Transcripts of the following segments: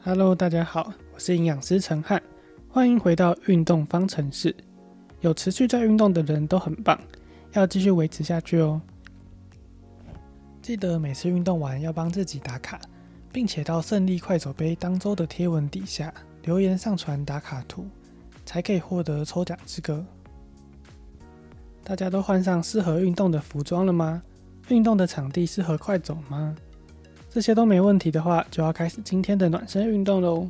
Hello， 大家好，我是营养师陈汉，欢迎回到运动方程式。有持续在运动的人都很棒，要继续维持下去哦。记得每次运动完要帮自己打卡，并且到胜利快走杯当周的贴文底下留言上传打卡图，才可以获得抽奖资格。大家都换上适合运动的服装了吗？运动的场地适合快走吗？这些都没问题的话，就要开始今天的暖身运动咯。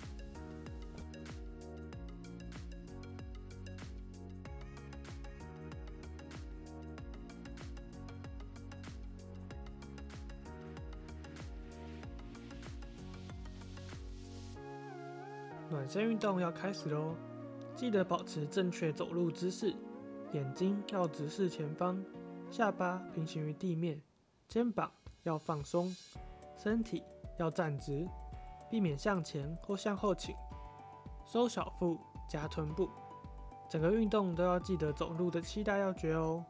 暖身运动要开始咯，记得保持正确走路姿势，眼睛要直视前方，下巴平行于地面，肩膀要放松，身体要站直，避免向前或向后倾，收小腹夹臀部，整个运动都要记得走路的7大要诀哦。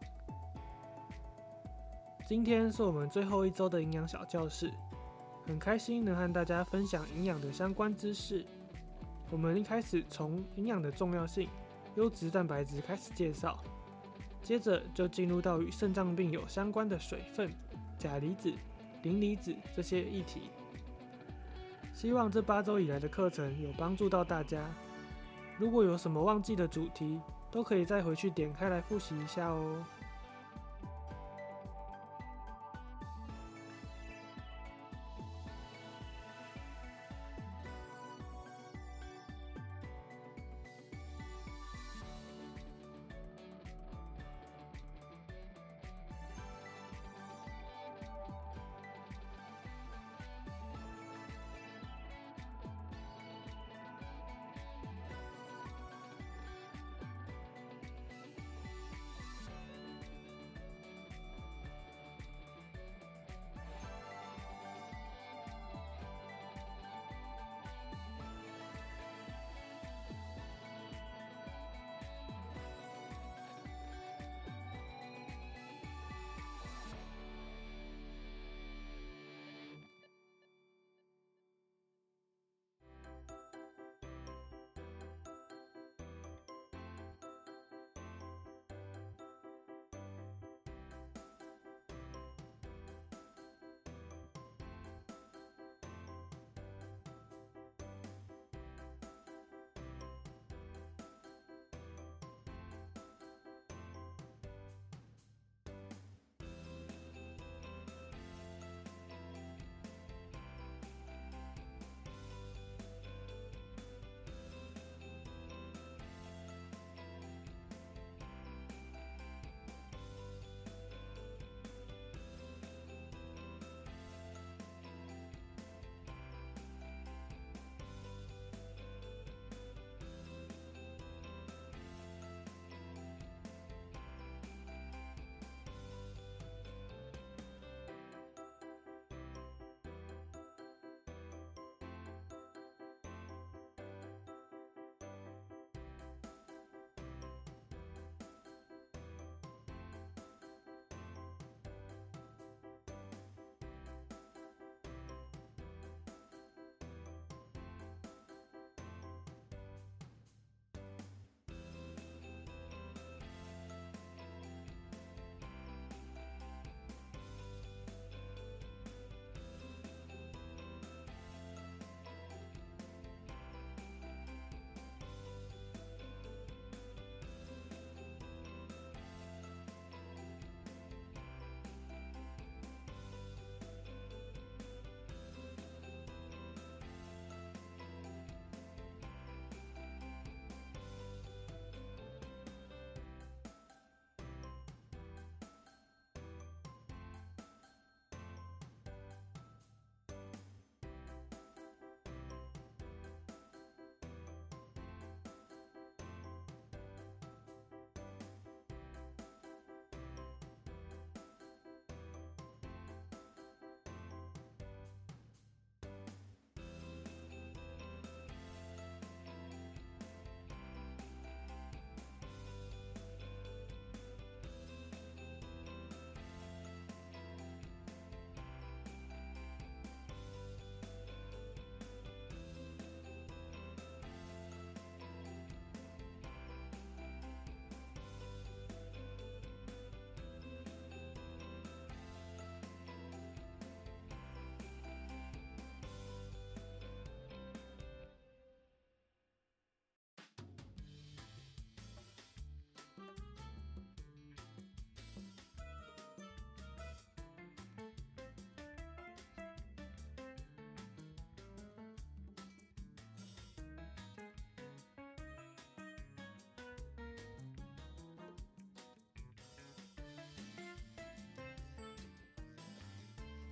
今天是我们最后一周的营养小教室，很开心能和大家分享营养的相关知识。我们一开始从营养的重要性、优质蛋白质开始介绍，接着就进入到与肾脏病有相关的水分、钾离子、磷离子这些议题。希望这8周以来的课程有帮助到大家。如果有什么忘记的主题，都可以再回去点开来复习一下哦。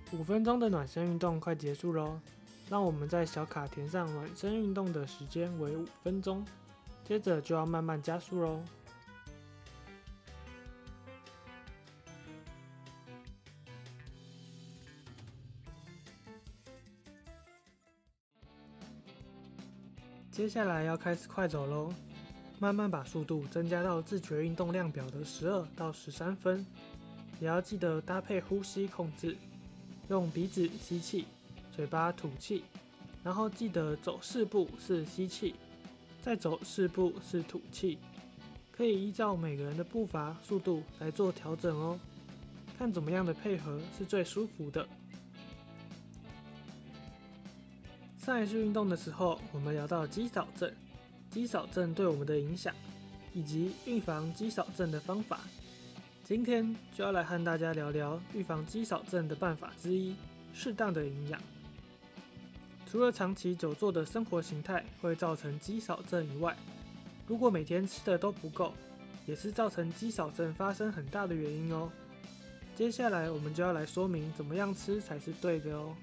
5分钟的暖身运动快结束喽，让我们在小卡填上暖身运动的时间为5分钟，接着就要慢慢加速喽。接下来要开始快走喽，慢慢把速度增加到自觉运动量表的12到13分，也要记得搭配呼吸控制，用鼻子吸气，嘴巴吐气，然后记得走4步是吸气，再走4步是吐气，可以依照每个人的步伐速度来做调整哦，看怎么样的配合是最舒服的。上一次运动的时候，我们聊到肌少症，肌少症对我们的影响，以及预防肌少症的方法。今天就要来和大家聊聊预防肌少症的办法之一——适当的营养。除了长期久坐的生活形态会造成肌少症以外，如果每天吃的都不够，也是造成肌少症发生很大的原因哦。接下来我们就要来说明怎么样吃才是对的哦。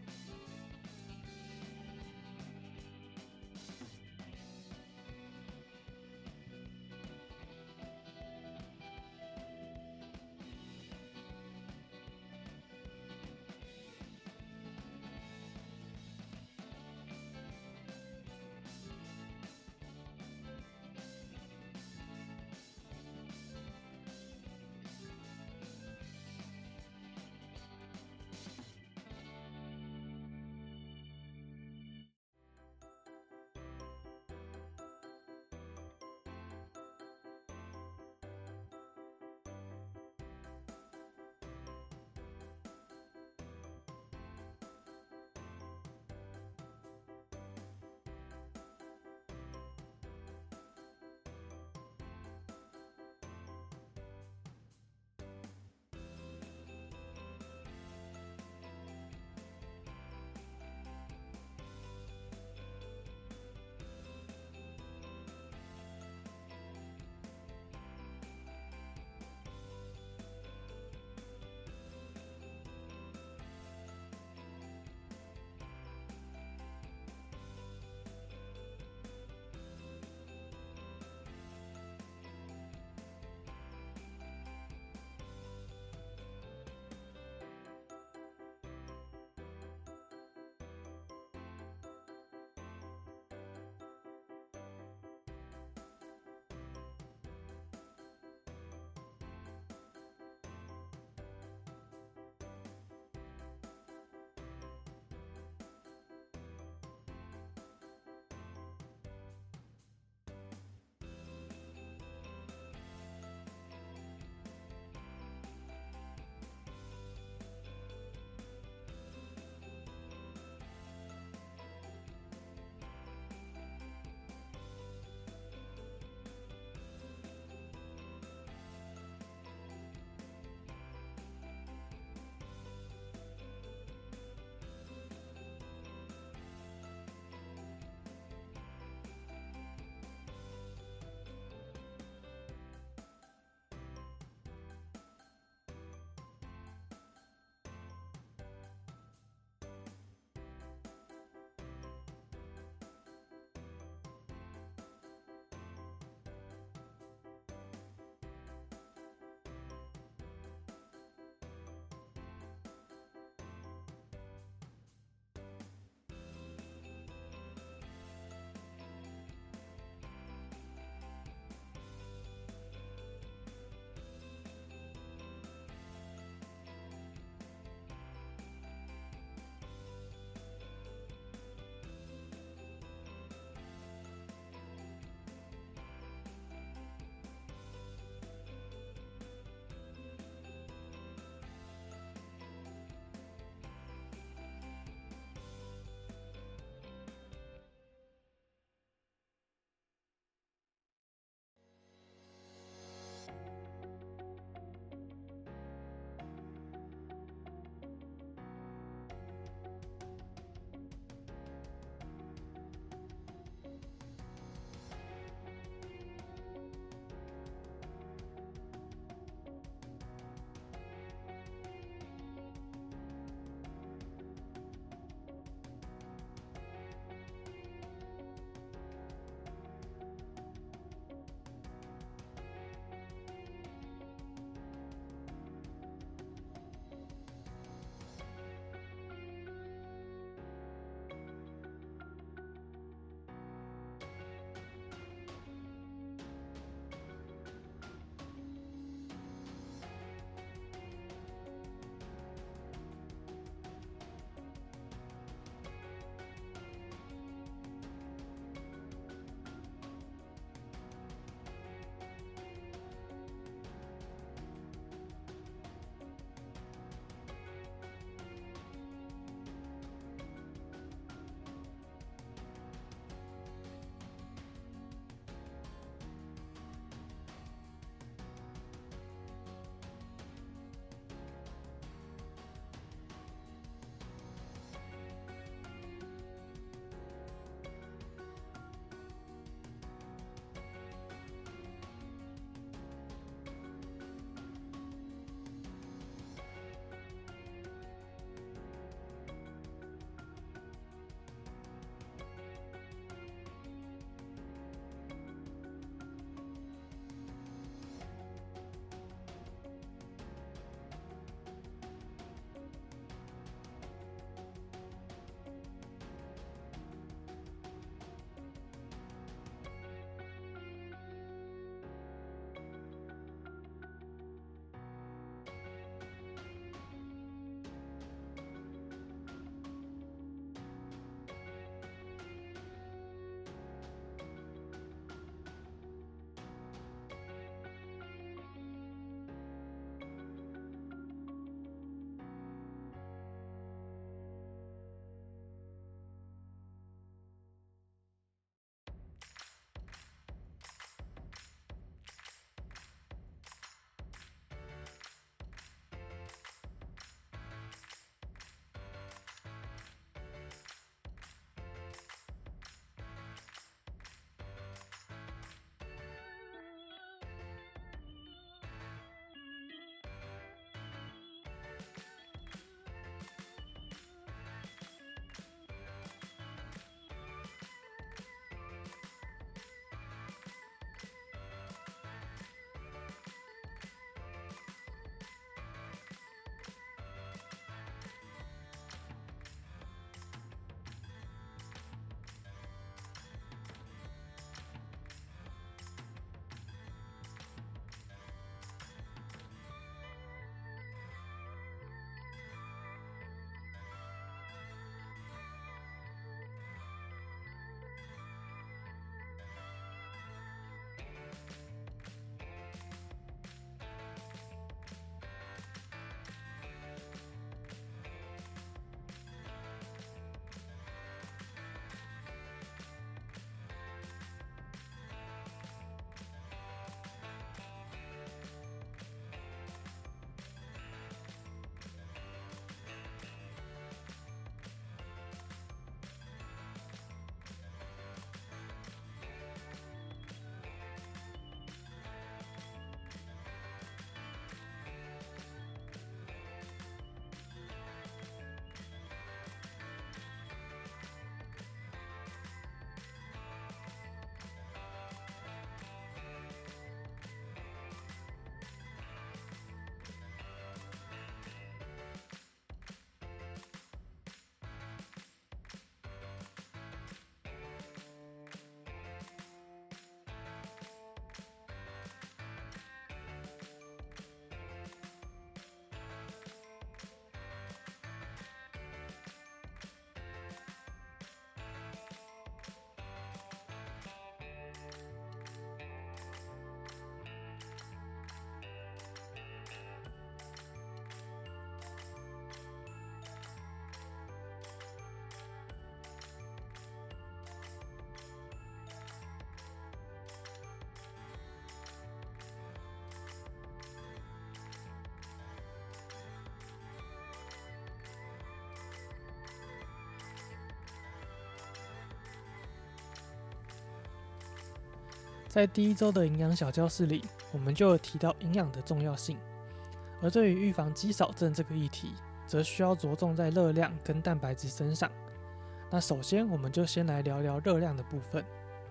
在第一周的营养小教室里，我们就有提到营养的重要性。而对于预防肌少症这个议题，则需要着重在热量跟蛋白质身上。那首先，我们就先来聊聊热量的部分。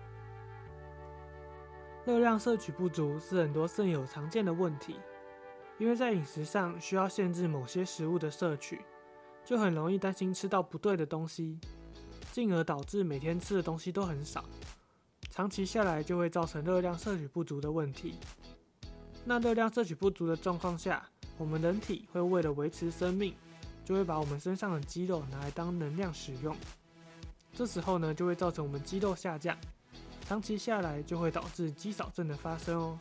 热量摄取不足是很多肾友常见的问题，因为在饮食上需要限制某些食物的摄取，就很容易担心吃到不对的东西，进而导致每天吃的东西都很少，长期下来就会造成热量摄取不足的问题。那热量摄取不足的状况下，我们人体会为了维持生命，就会把我们身上的肌肉拿来当能量使用。这时候呢，就会造成我们肌肉下降，长期下来就会导致肌少症的发生哦。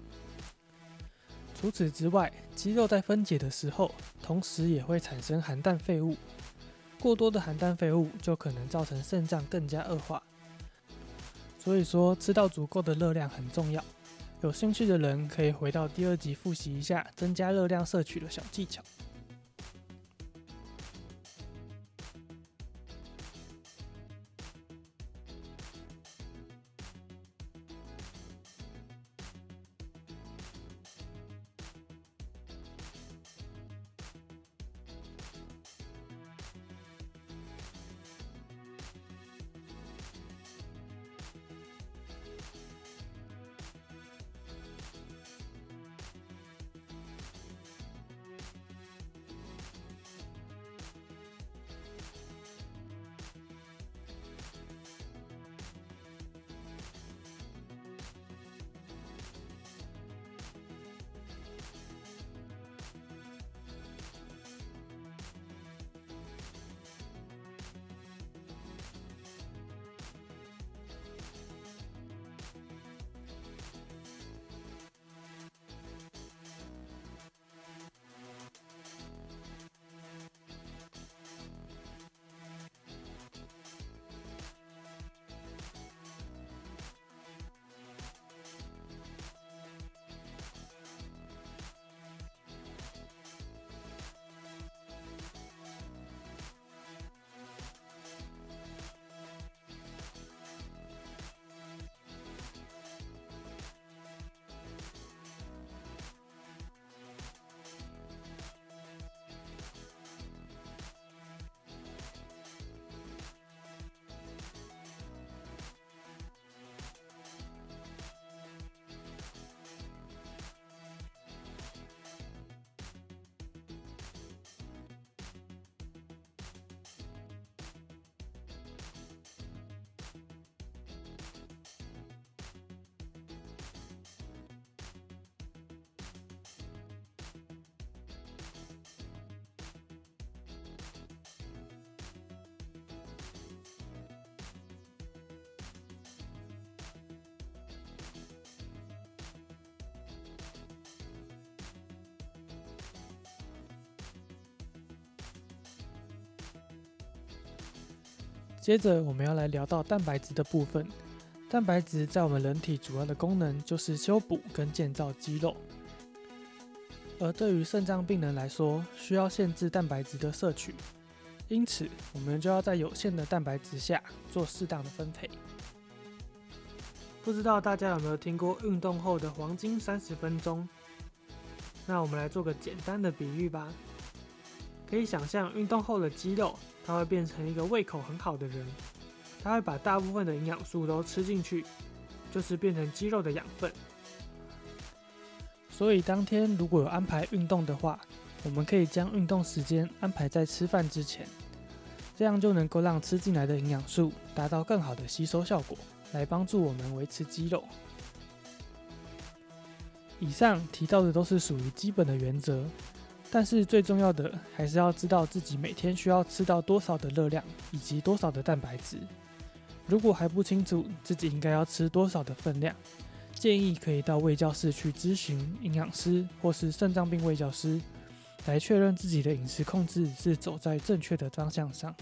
除此之外，肌肉在分解的时候，同时也会产生含氮废物。过多的含氮废物就可能造成肾脏更加恶化。所以说，吃到足够的热量很重要。有兴趣的人可以回到第2集复习一下增加热量摄取的小技巧。接着我们要来聊到蛋白质的部分。蛋白质在我们人体主要的功能就是修补跟建造肌肉，而对于肾脏病人来说，需要限制蛋白质的摄取，因此我们就要在有限的蛋白质下做适当的分配。不知道大家有没有听过运动后的黄金30分钟？那我们来做个简单的比喻吧。可以想象运动后的肌肉，它会变成一个胃口很好的人，它会把大部分的营养素都吃进去，就是变成肌肉的养分。所以当天如果有安排运动的话，我们可以将运动时间安排在吃饭之前，这样就能够让吃进来的营养素达到更好的吸收效果，来帮助我们维持肌肉。以上提到的都是属于基本的原则，但是最重要的还是要知道自己每天需要吃到多少的热量以及多少的蛋白质。如果还不清楚自己应该要吃多少的分量，建议可以到卫教室去咨询营养师或是肾脏病卫教师，来确认自己的饮食控制是走在正确的方向上。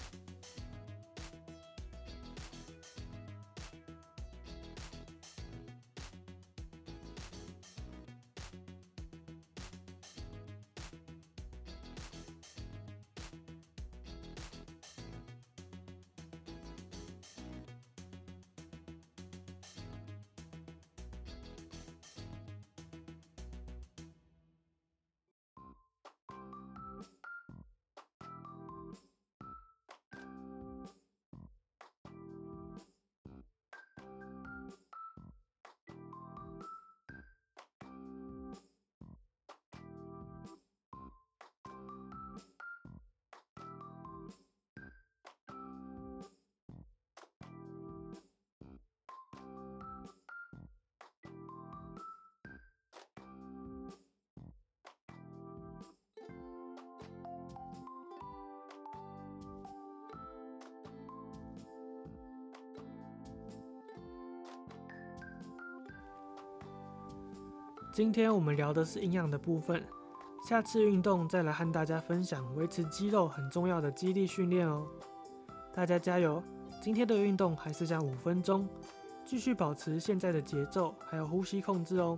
今天我们聊的是营养的部分，下次运动再来和大家分享维持肌肉很重要的肌力训练哦。大家加油！今天的运动还剩下5分钟，继续保持现在的节奏，还有呼吸控制哦。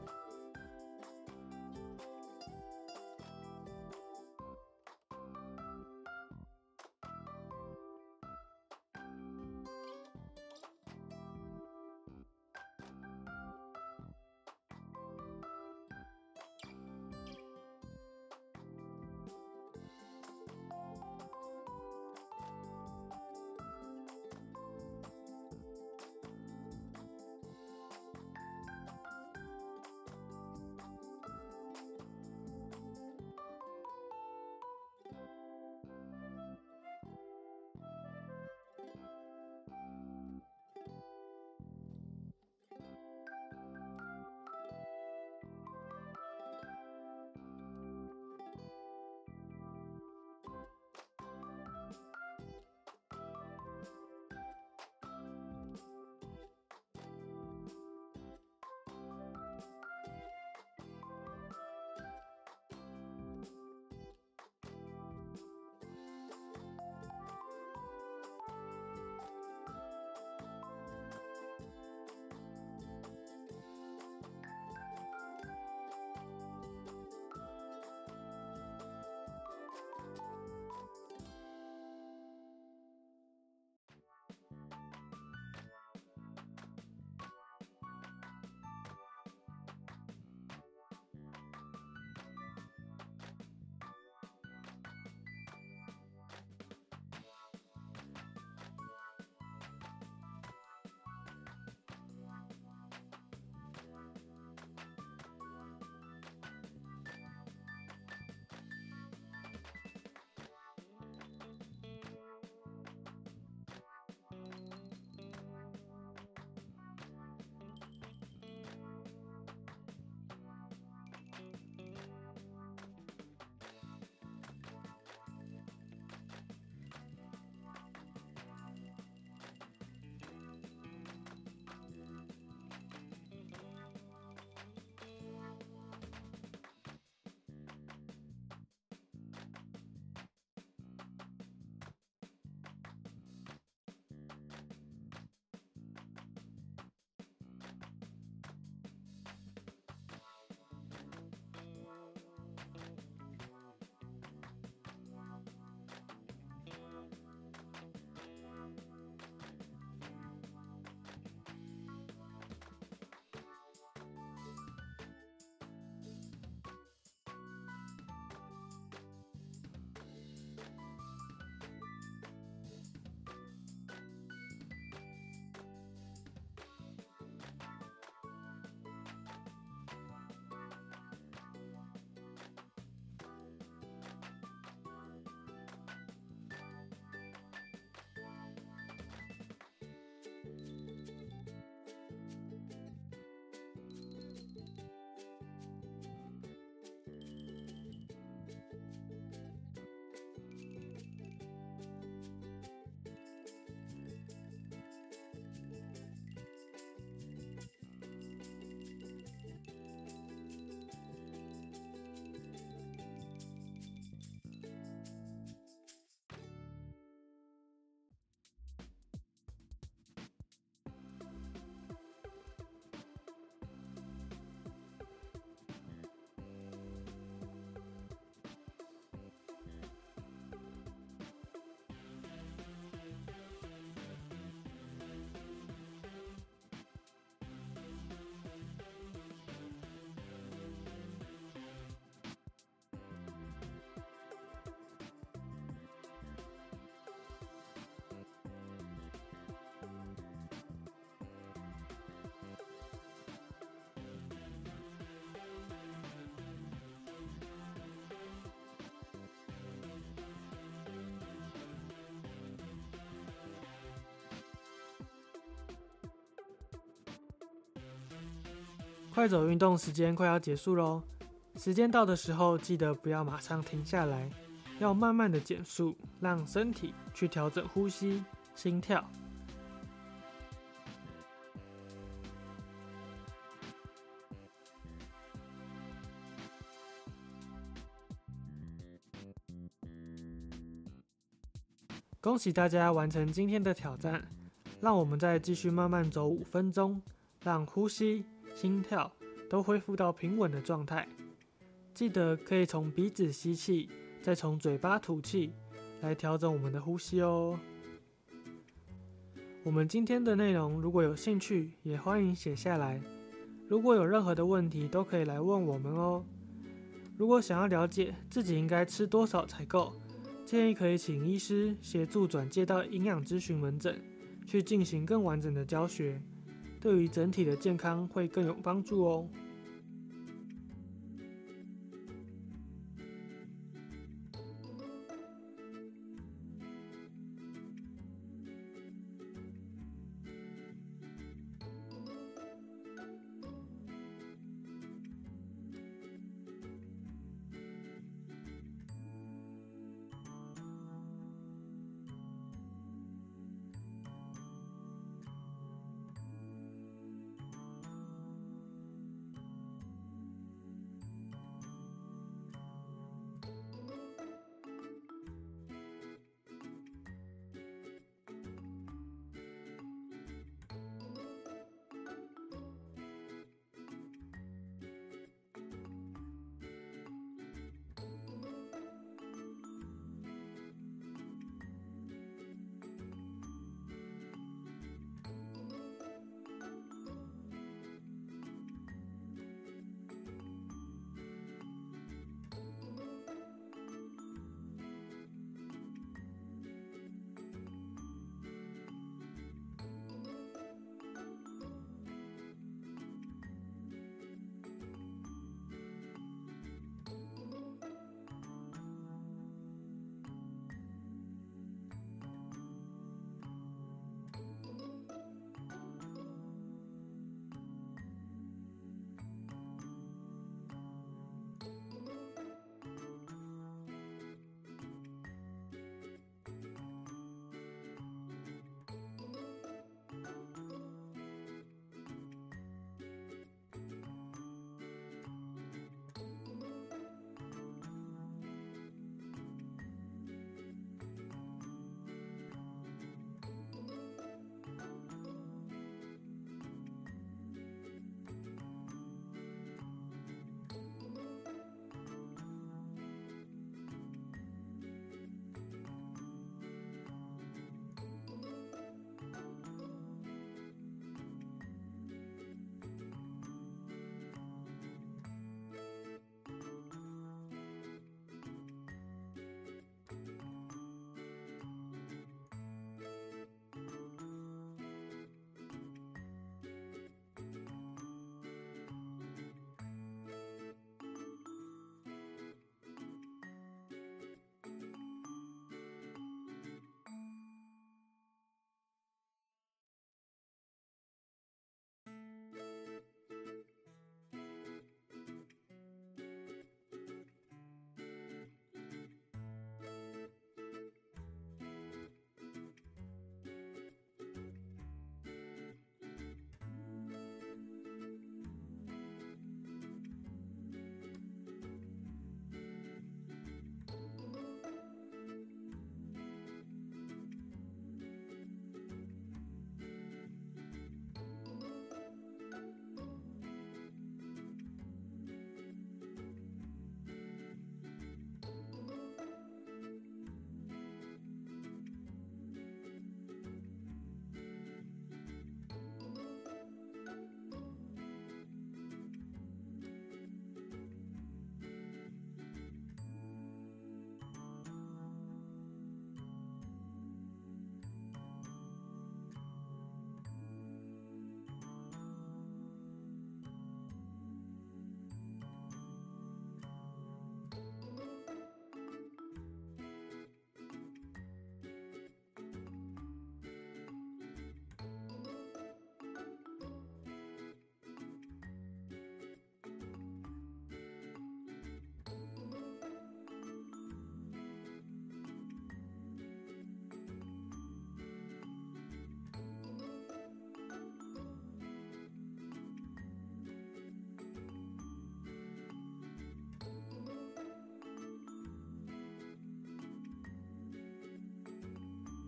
快走运动时间快要结束喽，时间到的时候，记得不要马上停下来，要慢慢的减速，让身体去调整呼吸、心跳。 恭喜大家完成今天的挑战，让我们再继续慢慢走5分钟，让呼吸、心跳都恢复到平稳的状态。记得可以从鼻子吸气，再从嘴巴吐气，来调整我们的呼吸哦。我们今天的内容如果有兴趣，也欢迎写下来。如果有任何的问题，都可以来问我们哦。如果想要了解自己应该吃多少才够，建议可以请医师协助转介到营养咨询门诊，去进行更完整的教学，对于整体的健康会更有帮助哦。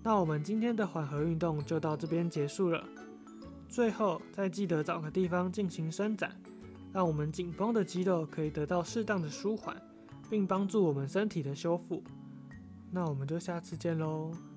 那我们今天的缓和运动就到这边结束了。最后再记得找个地方进行伸展，让我们紧绷的肌肉可以得到适当的舒缓，并帮助我们身体的修复。那我们就下次见喽。